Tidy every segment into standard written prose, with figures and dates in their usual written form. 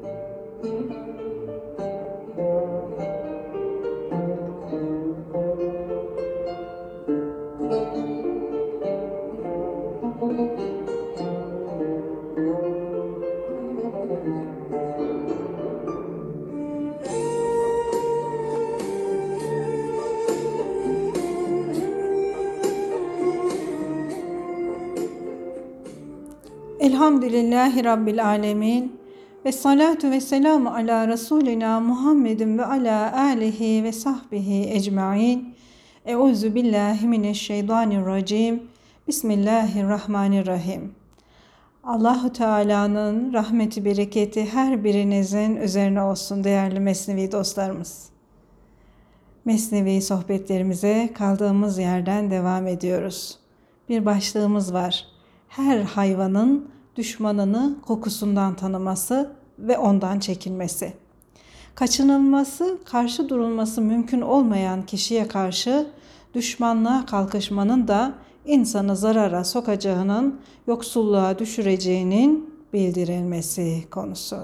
Elhamdülillahi Rabbil Alemin. Ve salatu ve selamu ala Resulina Muhammedin ve ala alihi ve sahbihi ecmain. Euzu billahi mineşşeytanirracim. Bismillahirrahmanirrahim. Allahu Teala'nın rahmeti, bereketi her birinizin üzerine olsun değerli Mesnevi dostlarımız. Mesnevi sohbetlerimize kaldığımız yerden devam ediyoruz. Bir başlığımız var. Her hayvanın düşmanını kokusundan tanıması ve ondan çekinmesi. Kaçınılması, karşı durulması mümkün olmayan kişiye karşı düşmanlığa kalkışmanın da insanı zarara sokacağının, yoksulluğa düşüreceğinin bildirilmesi konusu.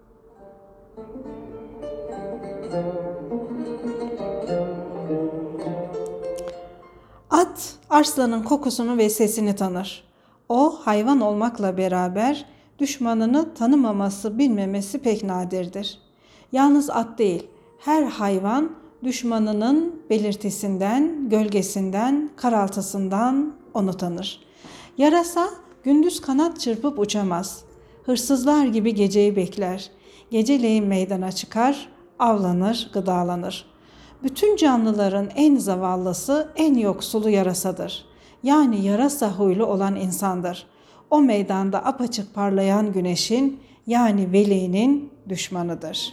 At, arslanın kokusunu ve sesini tanır. O, hayvan olmakla beraber düşmanını tanımaması, bilmemesi pek nadirdir. Yalnız at değil, her hayvan düşmanının belirtisinden, gölgesinden, karaltısından onu tanır. Yarasa gündüz kanat çırpıp uçamaz. Hırsızlar gibi geceyi bekler. Geceleyin meydana çıkar, avlanır, gıdalanır. Bütün canlıların en zavallısı, en yoksulu yarasadır. Yani yarasa huylu olan insandır. O meydanda apaçık parlayan güneşin, yani velinin düşmanıdır.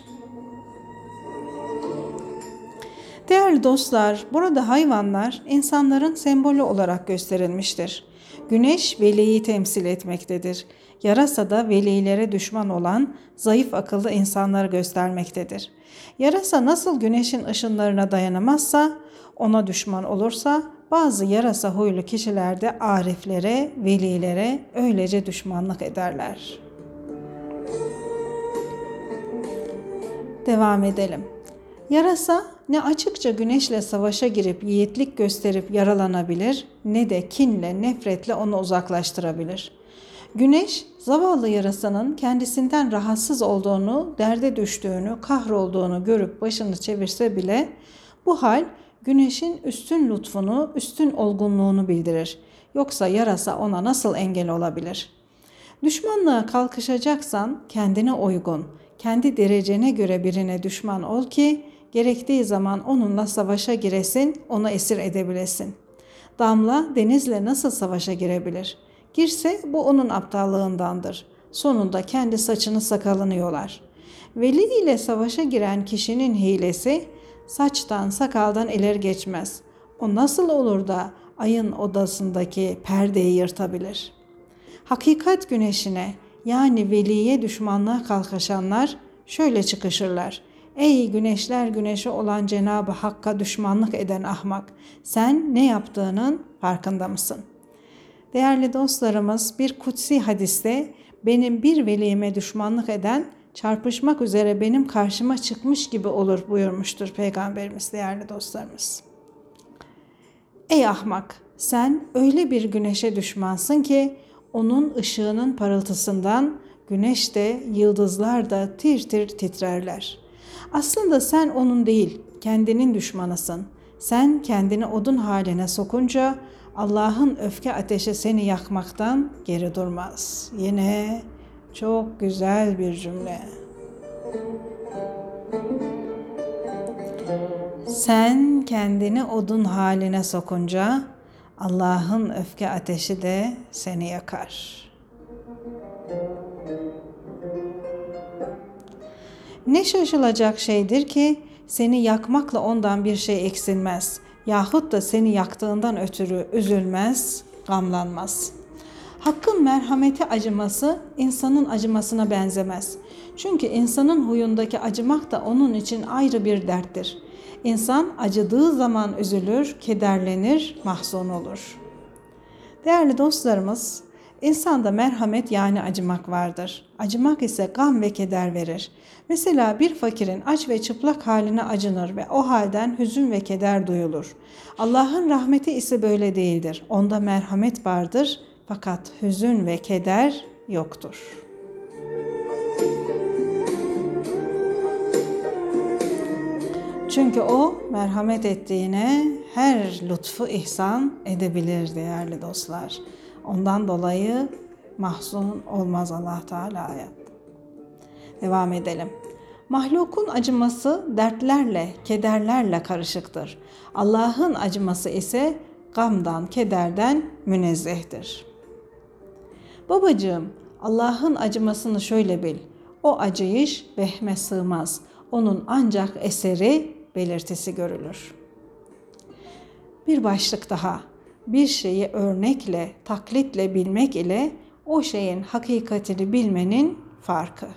Değerli dostlar, burada hayvanlar insanların sembolü olarak gösterilmiştir. Güneş veliyi temsil etmektedir. Yarasa da velilere düşman olan zayıf akıllı insanları göstermektedir. Yarasa nasıl güneşin ışınlarına dayanamazsa, ona düşman olursa, bazı yarasa huylu kişiler de ariflere, velilere öylece düşmanlık ederler. Devam edelim. Yarasa ne açıkça güneşle savaşa girip yiğitlik gösterip yaralanabilir, ne de kinle, nefretle onu uzaklaştırabilir. Güneş, zavallı yarasanın kendisinden rahatsız olduğunu, derde düştüğünü, kahrolduğunu görüp başını çevirse bile bu hal güneşin üstün lütfunu, üstün olgunluğunu bildirir. Yoksa yarasa ona nasıl engel olabilir? Düşmanlığa kalkışacaksan kendine uygun, kendi derecene göre birine düşman ol ki gerektiği zaman onunla savaşa giresin, onu esir edebilesin. Damla denizle nasıl savaşa girebilir? Girse bu onun aptallığındandır. Sonunda kendi saçını sakalını yolar. Veli ile savaşa giren kişinin hilesi saçtan sakaldan ileri geçmez. O nasıl olur da ayın odasındaki perdeyi yırtabilir? Hakikat güneşine, yani veliye düşmanlığa kalkışanlar şöyle çıkışırlar. Ey güneşler güneşi olan Cenab-ı Hakk'a düşmanlık eden ahmak, sen ne yaptığının farkında mısın? Değerli dostlarımız, bir kutsi hadiste benim bir velime düşmanlık eden çarpışmak üzere benim karşıma çıkmış gibi olur buyurmuştur Peygamberimiz, değerli dostlarımız. Ey ahmak, sen öyle bir güneşe düşmansın ki onun ışığının parıltısından güneş de yıldızlar da tir tir titrerler. Aslında sen onun değil, kendinin düşmanısın. Sen kendini odun haline sokunca Allah'ın öfke ateşi seni yakmaktan geri durmaz. Yine çok güzel bir cümle. Sen kendini odun haline sokunca Allah'ın öfke ateşi de seni yakar. Ne şaşılacak şeydir ki seni yakmakla ondan bir şey eksilmez. Yahut da seni yaktığından ötürü üzülmez, gamlanmaz. Hakkın merhameti acıması insanın acımasına benzemez. Çünkü insanın huyundaki acımak da onun için ayrı bir derttir. İnsan acıdığı zaman üzülür, kederlenir, mahzun olur. Değerli dostlarımız, İnsanda merhamet yani acımak vardır. Acımak ise gam ve keder verir. Mesela bir fakirin aç ve çıplak haline acınır ve o halden hüzün ve keder duyulur. Allah'ın rahmeti ise böyle değildir. Onda merhamet vardır fakat hüzün ve keder yoktur. Çünkü o merhamet ettiğine her lütfu ihsan edebilir değerli dostlar. Ondan dolayı mahzun olmaz Allah Teala'ya. Devam edelim. Mahlukun acıması dertlerle, kederlerle karışıktır. Allah'ın acıması ise gamdan, kederden münezzehtir. Babacığım, Allah'ın acımasını şöyle bil. O acıyış vehme sığmaz. Onun ancak eseri, belirtisi görülür. Bir başlık daha. Bir şeyi örnekle, taklitle bilmek ile o şeyin hakikatini bilmenin farkı.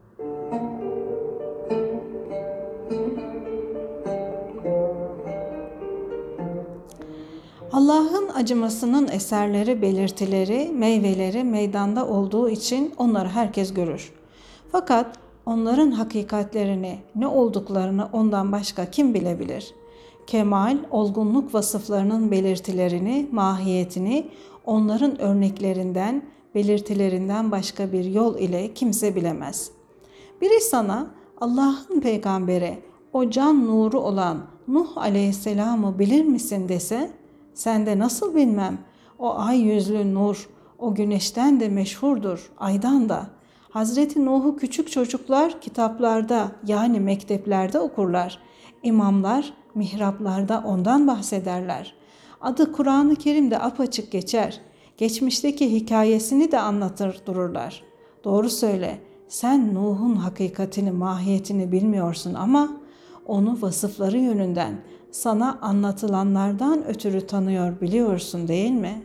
Allah'ın acımasının eserleri, belirtileri, meyveleri meydanda olduğu için onları herkes görür. Fakat onların hakikatlerini, ne olduklarını ondan başka kim bilebilir? Kemal, olgunluk vasıflarının belirtilerini, mahiyetini onların örneklerinden, belirtilerinden başka bir yol ile kimse bilemez. Biri sana Allah'ın peygamberi, o can nuru olan Nuh aleyhisselamı bilir misin dese, sen de nasıl bilmem, o ay yüzlü nur, o güneşten de meşhurdur, aydan da. Hazreti Nuh'u küçük çocuklar kitaplarda yani mekteplerde okurlar. İmamlar mihraplarda ondan bahsederler. Adı Kur'an-ı Kerim'de apaçık geçer. Geçmişteki hikayesini de anlatır dururlar. Doğru söyle, sen Nuh'un hakikatini, mahiyetini bilmiyorsun ama onu vasıfları yönünden, sana anlatılanlardan ötürü tanıyor biliyorsun değil mi?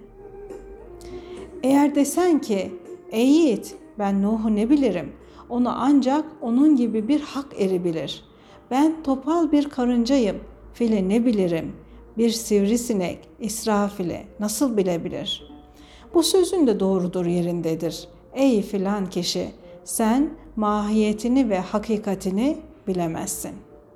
Eğer desen ki, ey yiğit ben Nuh'u ne bilirim, onu ancak onun gibi bir hak eri bilir. Ben topal bir karıncayım, fili ne bilirim, bir sivrisinek İsrafil'i nasıl bilebilir? Bu sözün de doğrudur yerindedir. Ey filan kişi, sen mahiyetini ve hakikatini bilemezsin.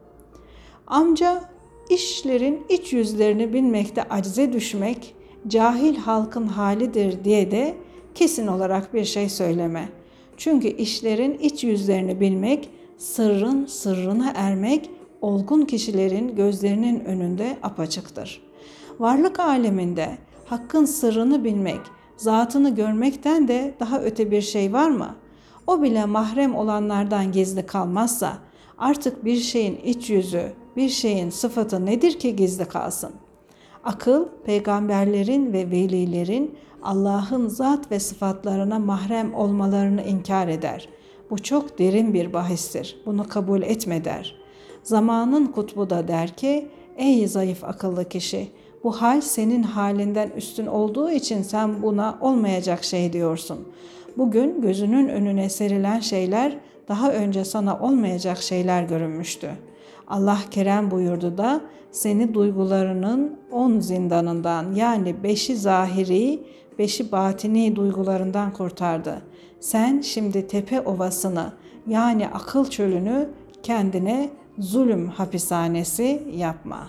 Amca işlerin iç yüzlerini bilmekte acize düşmek, cahil halkın halidir diye de kesin olarak bir şey söyleme. Çünkü işlerin iç yüzlerini bilmek, sırrın sırrına ermek, olgun kişilerin gözlerinin önünde apaçıktır. Varlık aleminde hakkın sırrını bilmek, zatını görmekten de daha öte bir şey var mı? O bile mahrem olanlardan gizli kalmazsa, artık bir şeyin iç yüzü, bir şeyin sıfatı nedir ki gizli kalsın? Akıl, peygamberlerin ve velilerin Allah'ın zat ve sıfatlarına mahrem olmalarını inkar eder. Bu çok derin bir bahistir. Bunu kabul etme der. Zamanın kutbu da der ki, ey zayıf akıllı kişi, bu hal senin halinden üstün olduğu için sen buna olmayacak şey diyorsun. Bugün gözünün önüne serilen şeyler daha önce sana olmayacak şeyler görünmüştü. Allah kerem buyurdu da seni duygularının 10 zindanından yani 5'i zahiri, 5'i batini duygularından kurtardı. Sen şimdi tepe ovasını yani akıl çölünü kendine zulüm hapishanesi yapma.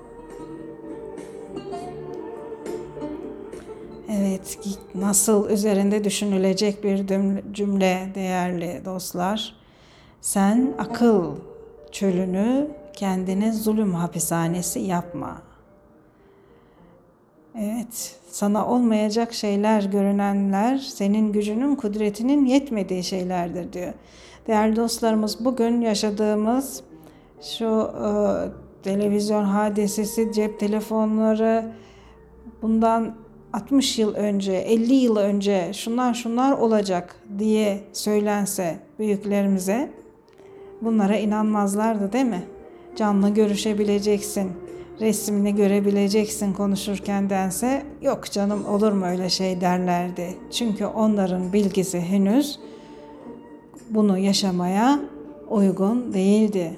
Evet, nasıl üzerinde düşünülecek bir cümle değerli dostlar. Sen akıl çölünü kendine zulüm hapishanesi yapma. Evet, sana olmayacak şeyler görünenler senin gücünün, kudretinin yetmediği şeylerdir diyor. Değerli dostlarımız, bugün yaşadığımız şu televizyon hadisesi, cep telefonları, bundan 60 yıl önce, 50 yıl önce şunlar olacak diye söylense büyüklerimize, bunlara inanmazlardı değil mi? Canlı görüşebileceksin, resmini görebileceksin konuşurken dense, yok canım olur mu öyle şey derlerdi. Çünkü onların bilgisi henüz bunu yaşamaya uygun değildi.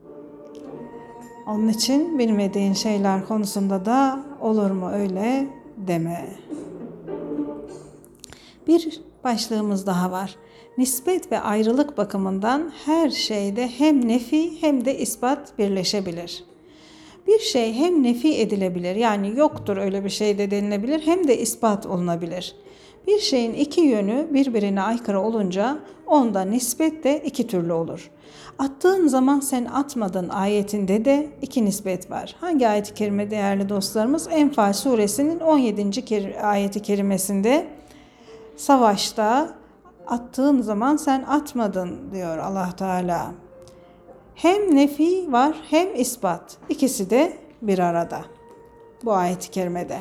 Onun için bilmediğin şeyler konusunda da olur mu öyle deme. Bir başlığımız daha var. Nispet ve ayrılık bakımından her şeyde hem nefi hem de ispat birleşebilir. Bir şey hem nefi edilebilir, yani yoktur öyle bir şey de denilebilir, hem de ispat olunabilir. Bir şeyin iki yönü birbirine aykırı olunca onda nispet de iki türlü olur. Attığın zaman sen atmadın ayetinde de iki nispet var. Hangi ayet-i kerime değerli dostlarımız? Enfal suresinin 17. ayeti kerimesinde savaşta attığın zaman sen atmadın diyor Allah Teala. Hem nefi var hem ispat. İkisi de bir arada bu ayet-i kerimede.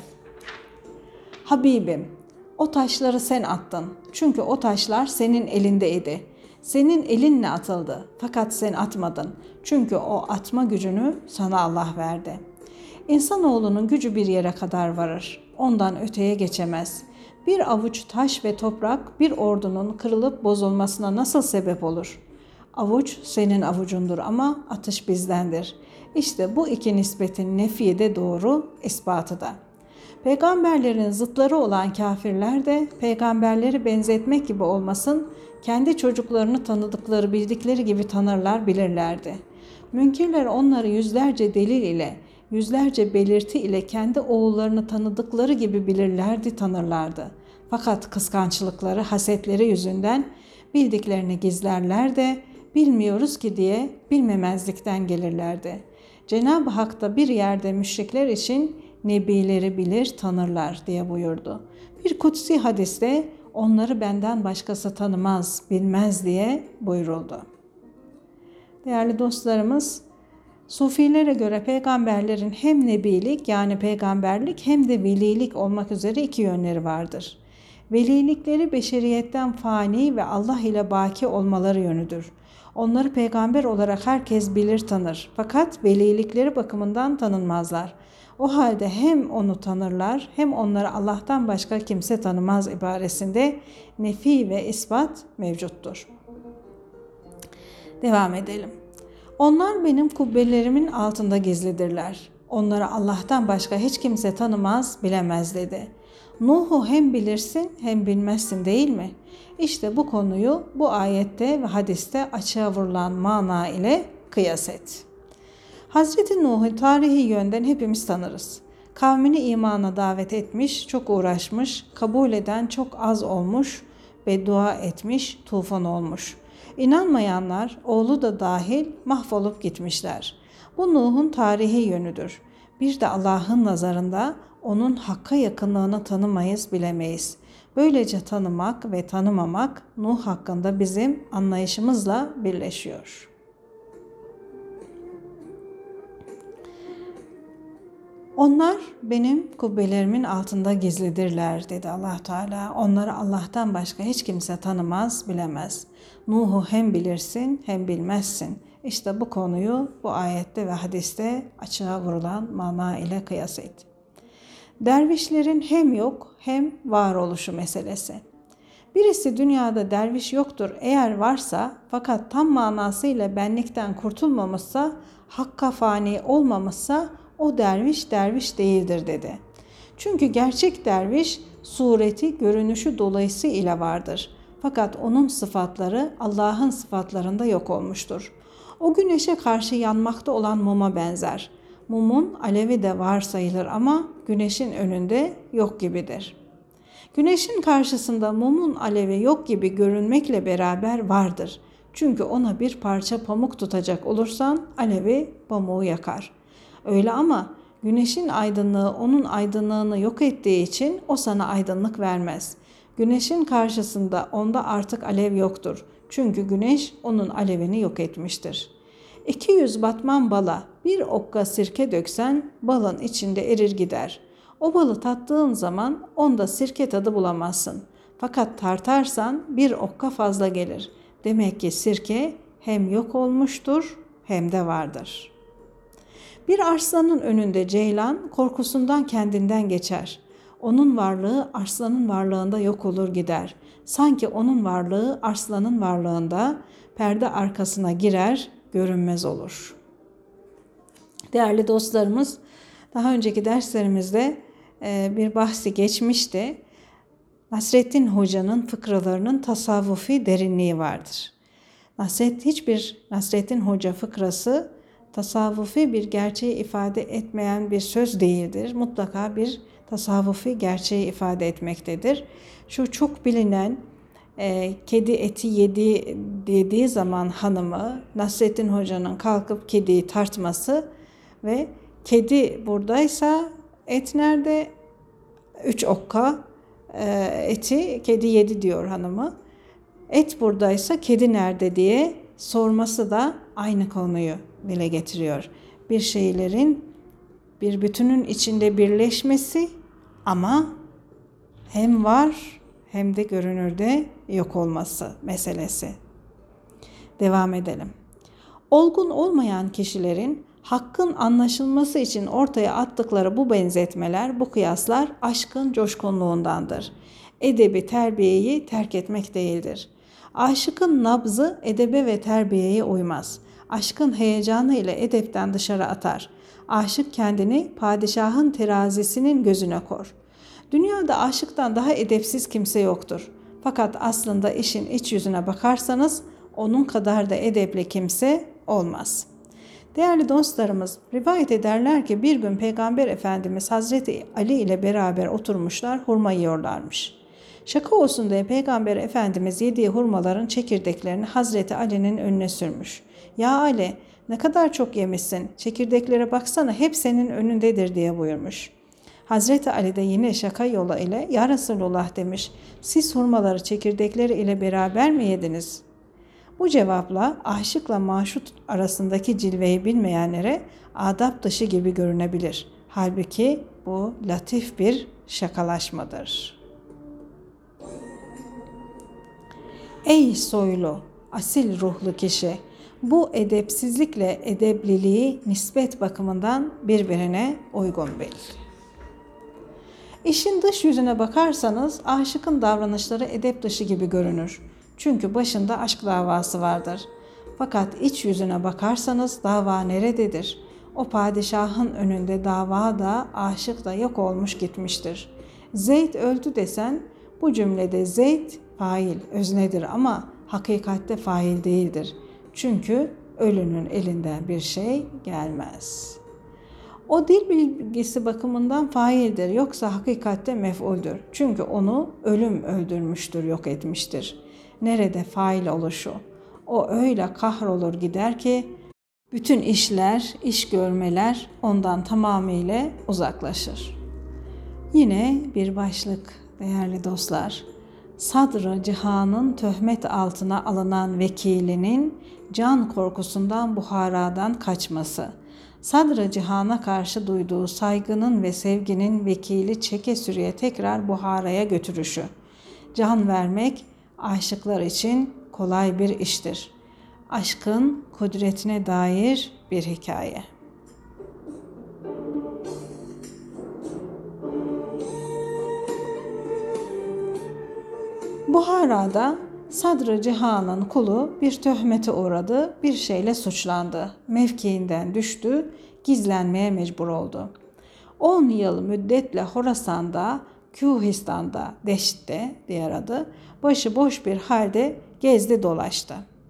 Habibim, o taşları sen attın. Çünkü o taşlar senin elindeydi. Senin elinle atıldı. Fakat sen atmadın. Çünkü o atma gücünü sana Allah verdi. İnsanoğlunun gücü bir yere kadar varır. Ondan öteye geçemez. Bir avuç taş ve toprak bir ordunun kırılıp bozulmasına nasıl sebep olur? Avuç senin avucundur ama atış bizdendir. İşte bu iki nispetin nefi de doğru, ispatı da. Peygamberlerin zıtları olan kafirler de peygamberleri benzetmek gibi olmasın, kendi çocuklarını tanıdıkları, bildikleri gibi tanırlar, bilirlerdi. Münkirler onları yüzlerce delil ile, yüzlerce belirti ile kendi oğullarını tanıdıkları gibi bilirlerdi, tanırlardı. Fakat kıskançlıkları, hasetleri yüzünden bildiklerini gizlerler de bilmiyoruz ki diye bilmemezlikten gelirlerdi. Cenab-ı Hak da bir yerde müşrikler için nebileri bilir, tanırlar diye buyurdu. Bir kutsi hadiste onları benden başkası tanımaz, bilmez diye buyuruldu. Değerli dostlarımız, Sufilere göre peygamberlerin hem nebilik yani peygamberlik hem de velilik olmak üzere iki yönleri vardır. Velilikleri beşeriyetten fani ve Allah ile baki olmaları yönüdür. Onları peygamber olarak herkes bilir, tanır. Fakat velilikleri bakımından tanınmazlar. O halde hem onu tanırlar hem onları Allah'tan başka kimse tanımaz ibaresinde nefi ve ispat mevcuttur. Devam edelim. Onlar benim kubbelerimin altında gizlidirler. Onları Allah'tan başka hiç kimse tanımaz, bilemez dedi. Nuh'u hem bilirsin hem bilmezsin değil mi? İşte bu konuyu bu ayette ve hadiste açığa vurulan mana ile kıyas et. Hazreti Nuh'u tarihi yönden hepimiz tanırız. Kavmini imana davet etmiş, çok uğraşmış, kabul eden çok az olmuş ve dua etmiş, tufan olmuş. İnanmayanlar, oğlu da dahil mahvolup gitmişler. Bu Nuh'un tarihi yönüdür. Bir de Allah'ın nazarında onun Hakk'a yakınlığını tanımayız, bilemeyiz. Böylece tanımak ve tanımamak Nuh hakkında bizim anlayışımızla birleşiyor. Onlar benim kubbelerimin altında gizlidirler dedi Allah Teala. Onları Allah'tan başka hiç kimse tanımaz, bilemez. Nuh'u hem bilirsin hem bilmezsin. İşte bu konuyu bu ayette ve hadiste açığa vurulan mana ile kıyas et. Dervişlerin hem yok hem var oluşu meselesi. Birisi dünyada derviş yoktur eğer varsa fakat tam manasıyla benlikten kurtulmamışsa, hakka fani olmamışsa o derviş derviş değildir dedi. Çünkü gerçek derviş sureti, görünüşü dolayısıyla vardır. Fakat onun sıfatları Allah'ın sıfatlarında yok olmuştur. O güneşe karşı yanmakta olan muma benzer. Mumun alevi de var sayılır ama güneşin önünde yok gibidir. Güneşin karşısında mumun alevi yok gibi görünmekle beraber vardır. Çünkü ona bir parça pamuk tutacak olursan alevi pamuğu yakar. Öyle ama güneşin aydınlığı onun aydınlığını yok ettiği için o sana aydınlık vermez. Güneşin karşısında onda artık alev yoktur. Çünkü güneş onun alevini yok etmiştir. 200 batman bala bir okka sirke döksen balın içinde erir gider. O balı tattığın zaman onda sirke tadı bulamazsın. Fakat tartarsan bir okka fazla gelir. Demek ki sirke hem yok olmuştur hem de vardır. Bir arslanın önünde ceylan korkusundan kendinden geçer. Onun varlığı arslanın varlığında yok olur gider. Sanki onun varlığı arslanın varlığında perde arkasına girer, görünmez olur. Değerli dostlarımız, daha önceki derslerimizde bir bahsi geçmişti. Nasreddin Hoca'nın fıkralarının tasavvufi derinliği vardır. Hiçbir Nasreddin Hoca fıkrası tasavvufi bir gerçeği ifade etmeyen bir söz değildir. Mutlaka bir tasavvufi gerçeği ifade etmektedir. Şu çok bilinen kedi eti yedi dediği zaman hanımı Nasreddin Hoca'nın kalkıp kediyi tartması ve kedi buradaysa et nerede? 3 okka eti kedi yedi diyor hanımı. Et buradaysa kedi nerede diye sorması da aynı konuyu dile getiriyor. Bir şeylerin bir bütünün içinde birleşmesi ama hem var hem de görünürde yok olması meselesi. Devam edelim. Olgun olmayan kişilerin hakkın anlaşılması için ortaya attıkları bu benzetmeler, bu kıyaslar aşkın coşkunluğundandır. Edebi terbiyeyi terk etmek değildir. Aşıkın nabzı edebe ve terbiyeye uymaz. Aşkın heyecanı ile edepten dışarı atar. Aşık kendini padişahın terazisinin gözüne kor. Dünyada aşıktan daha edepsiz kimse yoktur. Fakat aslında işin iç yüzüne bakarsanız onun kadar da edepli kimse olmaz. Değerli dostlarımız, rivayet ederler ki bir gün Peygamber Efendimiz Hazreti Ali ile beraber oturmuşlar, hurma yiyorlarmış. Şaka olsun diye Peygamber Efendimiz yediği hurmaların çekirdeklerini Hazreti Ali'nin önüne sürmüş. "Ya Ali, ne kadar çok yemişsin, çekirdeklere baksana hep senin önündedir" diye buyurmuş. Hazreti Ali de yine şaka yola ile "Ya Resulullah" demiş, "siz hurmaları çekirdekleri ile beraber mi yediniz?" Bu cevapla aşıkla maşut arasındaki cilveyi bilmeyenlere adap dışı gibi görünebilir. Halbuki bu latif bir şakalaşmadır. Ey soylu, asil ruhlu kişi! Bu edepsizlikle edebliliği nispet bakımından birbirine uygun bil. İşin dış yüzüne bakarsanız aşıkın davranışları edep dışı gibi görünür. Çünkü başında aşk davası vardır. Fakat iç yüzüne bakarsanız dava nerededir? O padişahın önünde dava da aşık da yok olmuş gitmiştir. Zeyd öldü desen bu cümlede Zeyd fail, öznedir ama hakikatte fail değildir. Çünkü ölünün elinden bir şey gelmez. O dil bilgisi bakımından faildir, yoksa hakikatte mef'uldür. Çünkü onu ölüm öldürmüştür, yok etmiştir. Nerede fail oluşu? O öyle kahrolur gider ki bütün işler, iş görmeler ondan tamamıyla uzaklaşır. Yine bir başlık değerli dostlar. Sadr-ı cihanın töhmet altına alınan vekilinin can korkusundan Buhara'dan kaçması. Sadr-ı cihana karşı duyduğu saygının ve sevginin vekili çeke sürüye tekrar Buhara'ya götürüşü. Can vermek aşıklar için kolay bir iştir. Aşkın kudretine dair bir hikaye. Buhara'da Sadr-ı Cihan'ın kulu bir töhmete uğradı, bir şeyle suçlandı. Mevkiinden düştü, gizlenmeye mecbur oldu. 10 yıl müddetle Horasan'da, Kühistan'da, Deşt'te diğer adı, başıboş bir halde gezdi dolaştı.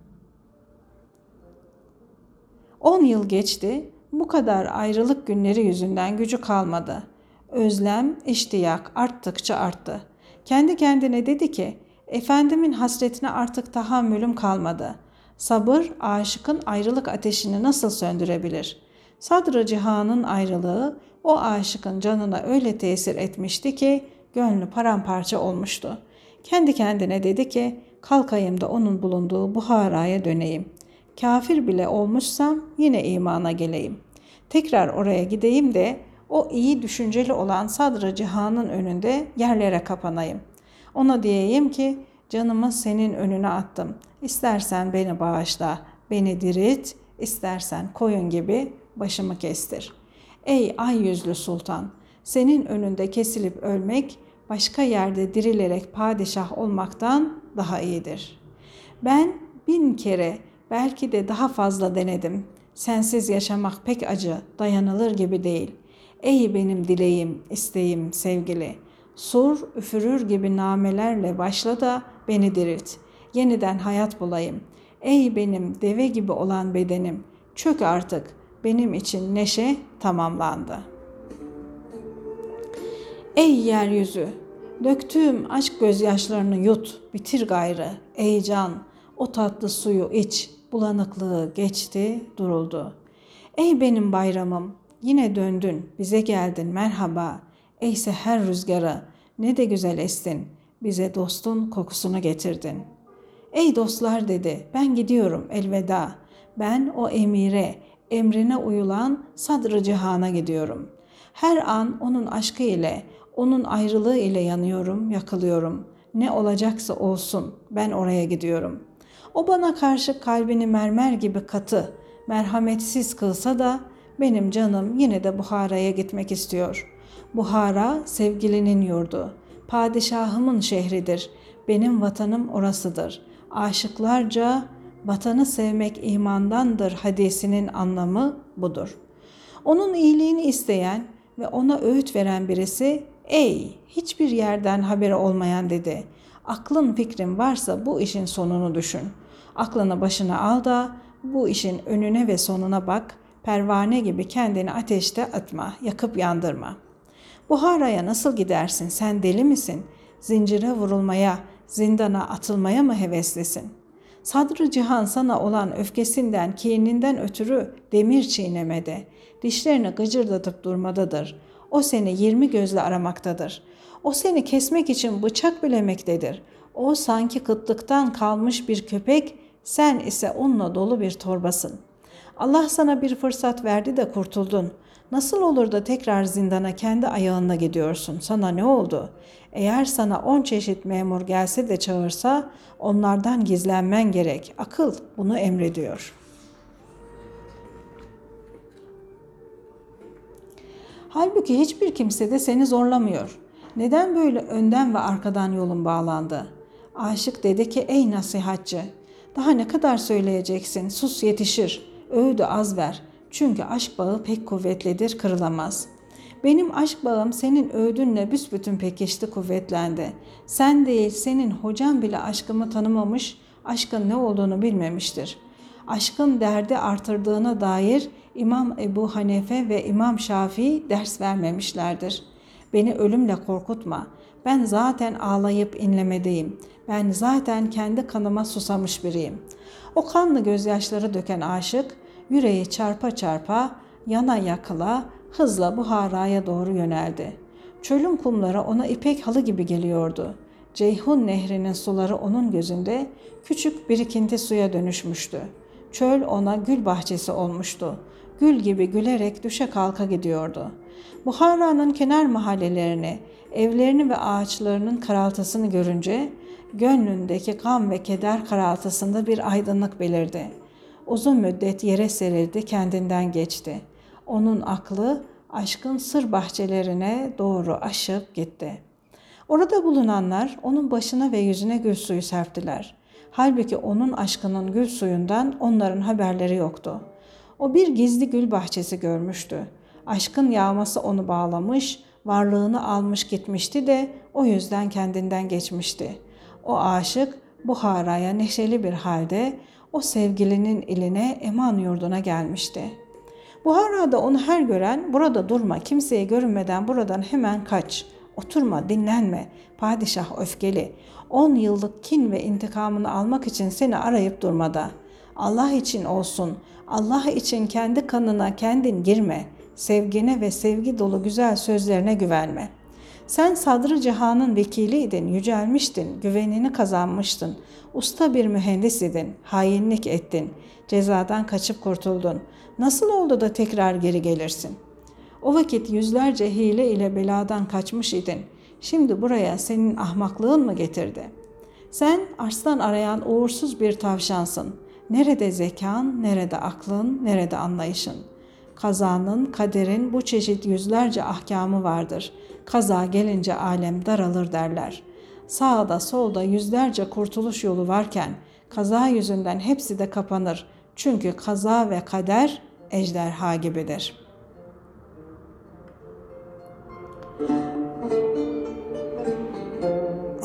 10 yıl geçti, bu kadar ayrılık günleri yüzünden gücü kalmadı. Özlem, iştiyak arttıkça arttı. Kendi kendine dedi ki, Efendimin hasretine artık tahammülüm kalmadı. Sabır, aşıkın ayrılık ateşini nasıl söndürebilir? Sadr-ı cihanın ayrılığı o aşıkın canına öyle tesir etmişti ki gönlü paramparça olmuştu. Kendi kendine dedi ki, kalkayım da onun bulunduğu Buhara'ya döneyim. Kafir bile olmuşsam yine imana geleyim. Tekrar oraya gideyim de o iyi düşünceli olan Sadr-ı cihanın önünde yerlere kapanayım. Ona diyeyim ki canımı senin önüne attım. İstersen beni bağışla, beni dirilt, istersen koyun gibi başımı kestir. Ey ay yüzlü sultan, senin önünde kesilip ölmek başka yerde dirilerek padişah olmaktan daha iyidir. Ben 1000 kere belki de daha fazla denedim. Sensiz yaşamak pek acı, dayanılır gibi değil. Ey benim dileğim, isteğim sevgili, Sur üfürür gibi namelerle başla da beni dirilt. Yeniden hayat bulayım. Ey benim deve gibi olan bedenim, çök artık. Benim için neşe tamamlandı. Ey yeryüzü, döktüğüm aşk gözyaşlarını yut, bitir gayrı. Ey can, o tatlı suyu iç, bulanıklığı geçti, duruldu. Ey benim bayramım, yine döndün, bize geldin merhaba. Ey seher rüzgarı, ne de güzel estin, bize dostun kokusunu getirdin. Ey dostlar dedi, ben gidiyorum elveda. Ben o emire, emrine uyulan sadr-ı cihana gidiyorum. Her an onun aşkı ile, onun ayrılığı ile yanıyorum, yakılıyorum. Ne olacaksa olsun, ben oraya gidiyorum. O bana karşı kalbini mermer gibi katı, merhametsiz kılsa da benim canım yine de Buhara'ya gitmek istiyor. Buhara sevgilinin yurdu, padişahımın şehridir. Benim vatanım orasıdır. Aşıklarca vatanı sevmek imandandır hadisinin anlamı budur. Onun iyiliğini isteyen ve ona öğüt veren birisi, ''Ey hiçbir yerden haberi olmayan'' dedi. ''Aklın fikrin varsa bu işin sonunu düşün. Aklını başına al da bu işin önüne ve sonuna bak. Pervane gibi kendini ateşte atma, yakıp yandırma. Buhara'ya nasıl gidersin? Sen deli misin? Zincire vurulmaya, zindana atılmaya mı heveslisin? Sadr-ı cihan sana olan öfkesinden, kininden ötürü demir çiğnemede, dişlerini gıcırdatıp durmadadır. O seni 20 gözle aramaktadır. O seni kesmek için bıçak bilemektedir. O sanki kıtlıktan kalmış bir köpek, sen ise unla dolu bir torbasın. Allah sana bir fırsat verdi de kurtuldun. Nasıl olur da tekrar zindana kendi ayağınla gidiyorsun? Sana ne oldu? Eğer sana 10 çeşit memur gelse de çağırsa onlardan gizlenmen gerek. Akıl bunu emrediyor. Halbuki hiçbir kimse de seni zorlamıyor. Neden böyle önden ve arkadan yolun bağlandı? Aşık dedi ki ey nasihatçı, daha ne kadar söyleyeceksin? Sus yetişir. Öğüdü az ver. Çünkü aşk bağı pek kuvvetlidir, kırılamaz. Benim aşk bağım senin öğüdünle büsbütün pekişti, kuvvetlendi. Sen değil, senin hocan bile aşkımı tanımamış, aşkın ne olduğunu bilmemiştir. Aşkın derdi artırdığına dair İmam Ebu Hanife ve İmam Şafii ders vermemişlerdir. Beni ölümle korkutma. Ben zaten ağlayıp inlemedeyim. Ben zaten kendi kanıma susamış biriyim. O kanlı gözyaşları döken aşık, yüreği çarpa çarpa, yana yakıla, hızla Buhara'ya doğru yöneldi. Çölün kumları ona ipek halı gibi geliyordu. Ceyhun nehrinin suları onun gözünde küçük birikinti suya dönüşmüştü. Çöl ona gül bahçesi olmuştu. Gül gibi gülerek düşe kalka gidiyordu. Buhara'nın kenar mahallelerini, evlerini ve ağaçlarının karaltısını görünce gönlündeki gam ve keder karaltısında bir aydınlık belirdi. Uzun müddet yere serildi, kendinden geçti. Onun aklı aşkın sır bahçelerine doğru aşıp gitti. Orada bulunanlar onun başına ve yüzüne gül suyu serptiler. Halbuki onun aşkının gül suyundan onların haberleri yoktu. O bir gizli gül bahçesi görmüştü. Aşkın yağması onu bağlamış, varlığını almış gitmişti de o yüzden kendinden geçmişti. O aşık Buhara'ya neşeli bir halde o sevgilinin iline eman yurduna gelmişti. Buhara'da onu her gören burada durma, kimseye görünmeden buradan hemen kaç, oturma, dinlenme, padişah öfkeli, 10 yıllık kin ve intikamını almak için seni arayıp durmada. Allah için olsun, Allah için kendi kanına kendin girme, sevgine ve sevgi dolu güzel sözlerine güvenme. Sen sadr-ı cihanın vekiliydin, yücelmiştin, güvenini kazanmıştın, usta bir mühendis idin, hainlik ettin, cezadan kaçıp kurtuldun. Nasıl oldu da tekrar geri gelirsin? O vakit yüzlerce hile ile beladan kaçmış idin. Şimdi buraya senin ahmaklığın mı getirdi? Sen arslan arayan uğursuz bir tavşansın. Nerede zekan, nerede aklın, nerede anlayışın? Kazanın, kaderin bu çeşit yüzlerce ahkamı vardır. Kaza gelince alem daralır derler. Sağda solda yüzlerce kurtuluş yolu varken kaza yüzünden hepsi de kapanır. Çünkü kaza ve kader ejderha gibidir.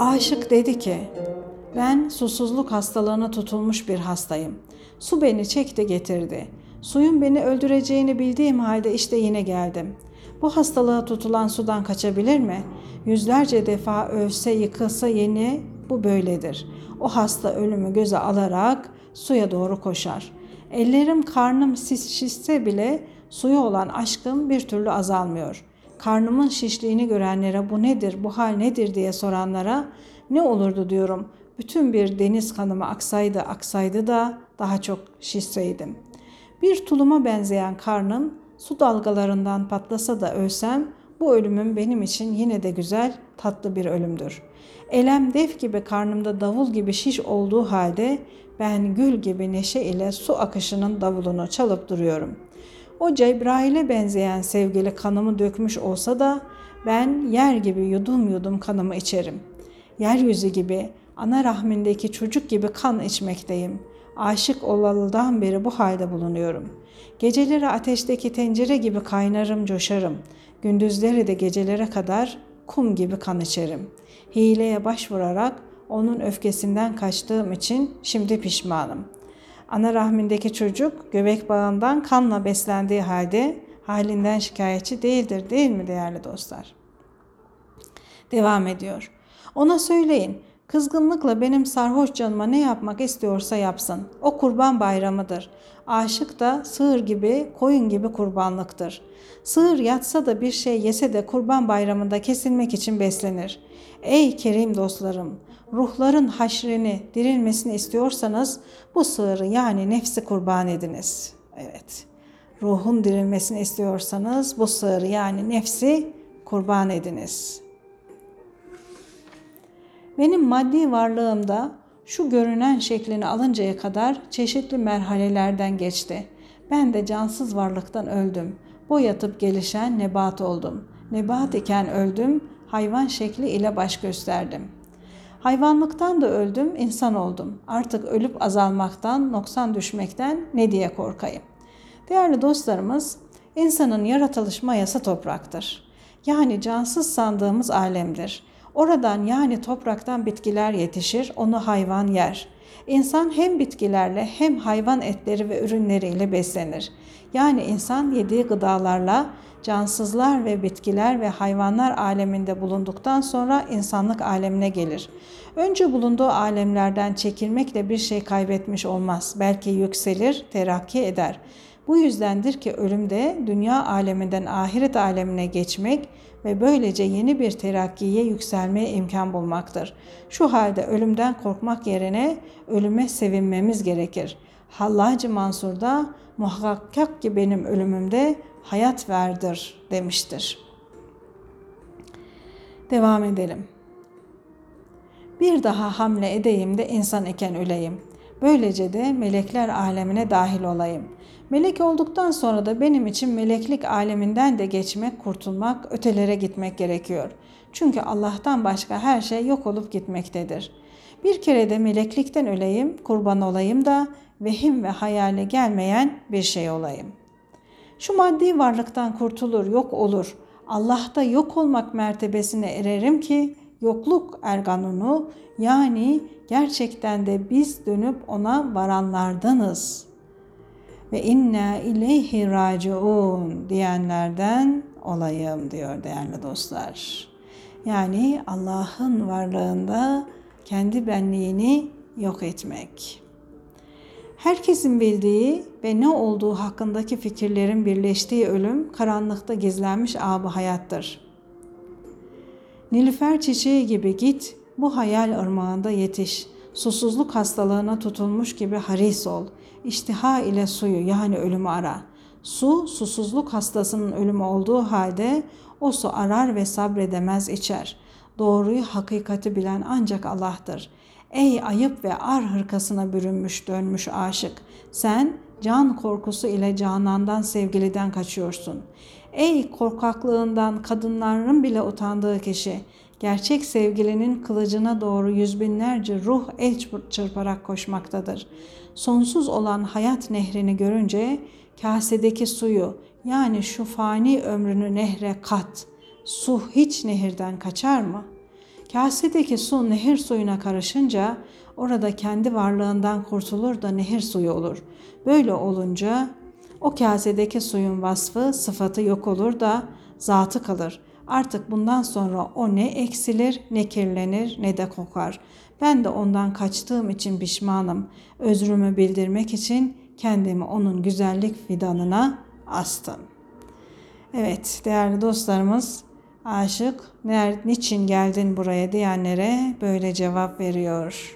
Aşık dedi ki, ben susuzluk hastalığına tutulmuş bir hastayım. Su beni çekti getirdi. Suyun beni öldüreceğini bildiğim halde işte yine geldim. Bu hastalığa tutulan sudan kaçabilir mi? Yüzlerce defa ölse yıkılsa yine bu böyledir. O hasta ölümü göze alarak suya doğru koşar. Ellerim karnım şişse bile suya olan aşkım bir türlü azalmıyor. Karnımın şişliğini görenlere bu nedir, bu hal nedir diye soranlara ne olurdu diyorum. Bütün bir deniz kanımı aksaydı da daha çok şişseydim. Bir tuluma benzeyen karnım su dalgalarından patlasa da ölsem bu ölümüm benim için yine de güzel, tatlı bir ölümdür. Elem dev gibi karnımda davul gibi şiş olduğu halde ben gül gibi neşe ile su akışının davulunu çalıp duruyorum. O Cebrail'e benzeyen sevgili kanımı dökmüş olsa da ben yer gibi yudum yudum kanımı içerim. Yeryüzü gibi, ana rahmindeki çocuk gibi kan içmekteyim. Aşık olalıdan beri bu halde bulunuyorum. Geceleri ateşteki tencere gibi kaynarım, coşarım. Gündüzleri de gecelere kadar kum gibi kan içerim. Hileye başvurarak onun öfkesinden kaçtığım için şimdi pişmanım. Ana rahmindeki çocuk göbek bağından kanla beslendiği halde halinden şikayetçi değildir, değil mi değerli dostlar? Devam ediyor. Ona söyleyin, kızgınlıkla benim sarhoş canıma ne yapmak istiyorsa yapsın. O kurban bayramıdır. Aşık da sığır gibi, koyun gibi kurbanlıktır. Sığır yatsa da bir şey yese de kurban bayramında kesilmek için beslenir. Ey kerim dostlarım! Ruhların haşrini, dirilmesini istiyorsanız bu sığırı yani nefsi kurban ediniz. Evet, ruhun dirilmesini istiyorsanız bu sığırı yani nefsi kurban ediniz. Benim maddi varlığımda şu görünen şeklini alıncaya kadar çeşitli merhalelerden geçti. Ben de cansız varlıktan öldüm. Boyatıp gelişen nebat oldum. Nebat iken öldüm, hayvan şekli ile baş gösterdim. Hayvanlıktan da öldüm, insan oldum. Artık ölüp azalmaktan, noksan düşmekten ne diye korkayım? Değerli dostlarımız, insanın yaratılış mayası topraktır. Yani cansız sandığımız alemdir. Oradan yani topraktan bitkiler yetişir, onu hayvan yer. İnsan hem bitkilerle hem hayvan etleri ve ürünleriyle beslenir. Yani insan yediği gıdalarla cansızlar ve bitkiler ve hayvanlar aleminde bulunduktan sonra insanlık alemine gelir. Önce bulunduğu alemlerden çekilmekle bir şey kaybetmiş olmaz. Belki yükselir, terakki eder. Bu yüzdendir ki ölümde dünya aleminden ahiret alemine geçmek ve böylece yeni bir terakkiye yükselmeye imkan bulmaktır. Şu halde ölümden korkmak yerine ölüme sevinmemiz gerekir. Hallacı Mansur da muhakkak ki benim ölümümde hayat vardır demiştir. Devam edelim. Bir daha hamle edeyim de insan iken öleyim. Böylece de melekler alemine dahil olayım. Melek olduktan sonra da benim için meleklik aleminden de geçmek, kurtulmak, ötelere gitmek gerekiyor. Çünkü Allah'tan başka her şey yok olup gitmektedir. Bir kere de meleklikten öleyim, kurban olayım da vehim ve hayale gelmeyen bir şey olayım. Şu maddi varlıktan kurtulur, yok olur. Allah'ta yok olmak mertebesine ererim ki yokluk erganunu yani gerçekten de biz dönüp ona varanlardanız. Ve inna ileyhi raciun diyenlerden olayım diyor değerli dostlar. Yani Allah'ın varlığında kendi benliğini yok etmek. Herkesin bildiği ve ne olduğu hakkındaki fikirlerin birleştiği ölüm karanlıkta gizlenmiş ab-ı hayattır. Nilüfer çiçeği gibi git, bu hayal ırmağında yetiş. Susuzluk hastalığına tutulmuş gibi haris ol. İştiha ile suyu yani ölümü ara. Su, susuzluk hastasının ölümü olduğu halde o su arar ve sabredemez içer. Doğruyu, hakikati bilen ancak Allah'tır. Ey ayıp ve ar hırkasına bürünmüş dönmüş aşık! Sen can korkusu ile canandan sevgiliden kaçıyorsun. Ey korkaklığından kadınların bile utandığı kişi! Gerçek sevgilinin kılıcına doğru yüz binlerce ruh el çırparak koşmaktadır. Sonsuz olan hayat nehrini görünce kasedeki suyu yani şu fani ömrünü nehre kat. Su hiç nehirden kaçar mı? Kasedeki su nehir suyuna karışınca orada kendi varlığından kurtulur da nehir suyu olur. Böyle olunca o kasedeki suyun vasfı, sıfatı yok olur da zatı kalır. Artık bundan sonra o ne eksilir, ne kirlenir, ne de kokar. Ben de ondan kaçtığım için pişmanım. Özrümü bildirmek için kendimi onun güzellik fidanına astım. Evet değerli dostlarımız, aşık niçin geldin buraya diyenlere böyle cevap veriyor.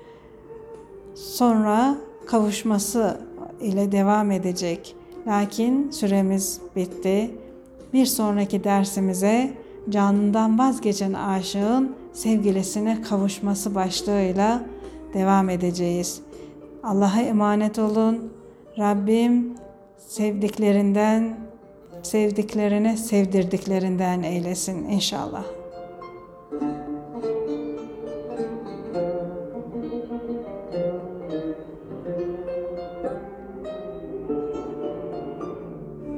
Sonra kavuşması ile devam edecek. Lakin süremiz bitti. Bir sonraki dersimize canından vazgeçen aşığın sevgilisine kavuşması başlığıyla devam edeceğiz. Allah'a emanet olun. Rabbim sevdiklerine sevdirdiklerinden eylesin inşallah.